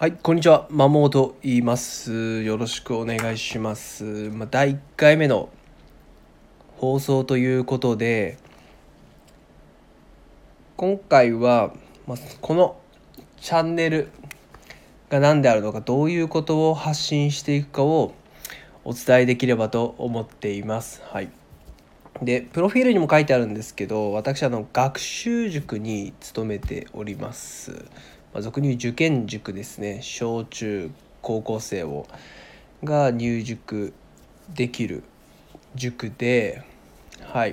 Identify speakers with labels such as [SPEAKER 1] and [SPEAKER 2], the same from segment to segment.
[SPEAKER 1] はい、こんにちは。マモと言います。よろしくお願いします。第1回目の放送ということで、今回は、このチャンネルが何であるのか、どういうことを発信していくかをお伝えできればと思っています。はい。で、プロフィールにも書いてあるんですけど、私学習塾に勤めております。俗に言う受験塾ですね。小中高校生が入塾できる塾で、はい。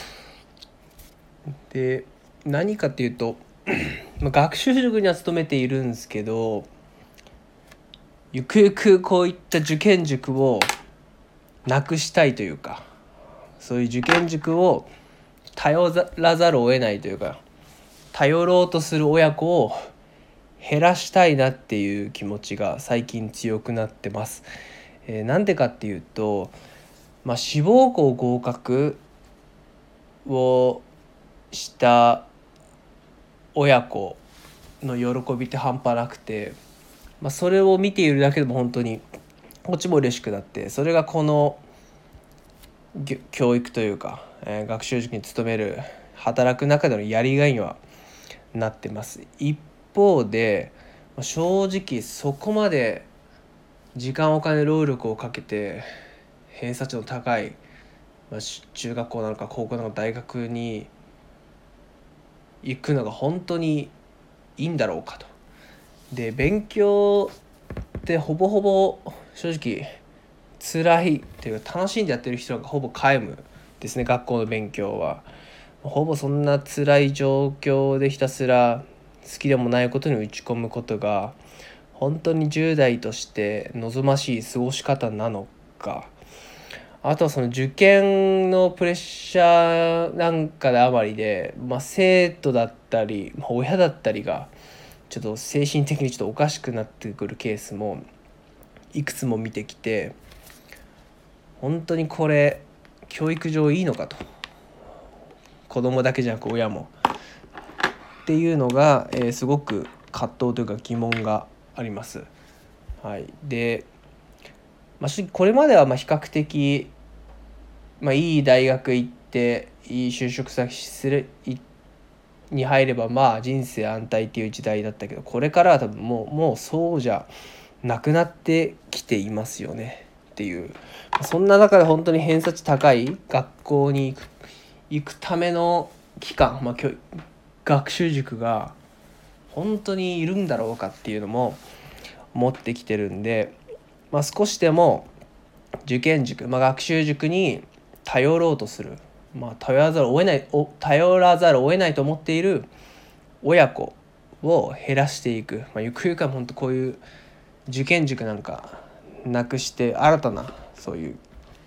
[SPEAKER 1] で、何かっていうと学習塾には勤めているんですけど、ゆくゆくこういった受験塾をなくしたいというか、そういう受験塾を頼らざるを得ないというか、頼ろうとする親子を減らしたいなっていう気持ちが最近強くなってます。なんでかっていうと、志望校合格をした親子の喜びって半端なくて、それを見ているだけでも本当にこっちも嬉しくなって、それがこの教育というか、学習塾に勤める働く中でのやりがいにはなってます。一方で正直そこまで時間お金労力をかけて偏差値の高い、中学校なのか高校なのか大学に行くのが本当にいいんだろうかと。で、勉強ってほぼほぼ正直辛いっていうか、楽しんでやってる人がほぼ皆無ですね。学校の勉強はほぼそんな辛い状況でひたすら好きでもないことに打ち込むことが本当に10代として望ましい過ごし方なのか。あとはその受験のプレッシャーなんかであまりで、生徒だったり、親だったりがちょっと精神的にちょっとおかしくなってくるケースもいくつも見てきて、本当にこれ教育上いいのかと、子供だけじゃなく親もっていうのが、すごく葛藤というか疑問があります。はい。で、これまでは比較的、いい大学行っていい就職先に入れば人生安泰っていう時代だったけど、これからは多分もうそうじゃなくなってきていますよねっていう。そんな中で本当に偏差値高い学校に行くための期間、学習塾が本当にいるんだろうかっていうのも思ってきてるんで、少しでも受験塾、学習塾に頼ろうとする、頼らざるを得ないと思っている親子を減らしていく、ゆくゆくは本当こういう受験塾なんかなくして新たなそういう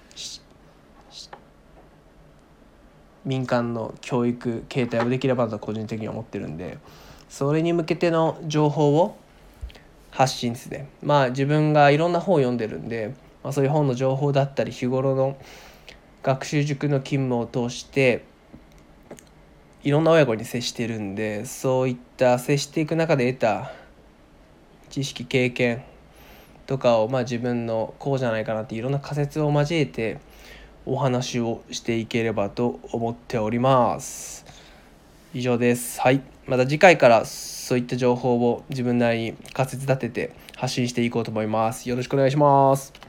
[SPEAKER 1] 民間の教育形態をできればと個人的には思ってるんで、それに向けての情報を発信ですね。自分がいろんな本を読んでるんで、そういう本の情報だったり日頃の学習塾の勤務を通していろんな親子に接してるんで、そういった接していく中で得た知識経験とかを自分のこうじゃないかなっていろんな仮説を交えてお話をしていければと思っております。以上です。はい。また次回からそういった情報を自分なりに仮説立てて発信していこうと思います。よろしくお願いします。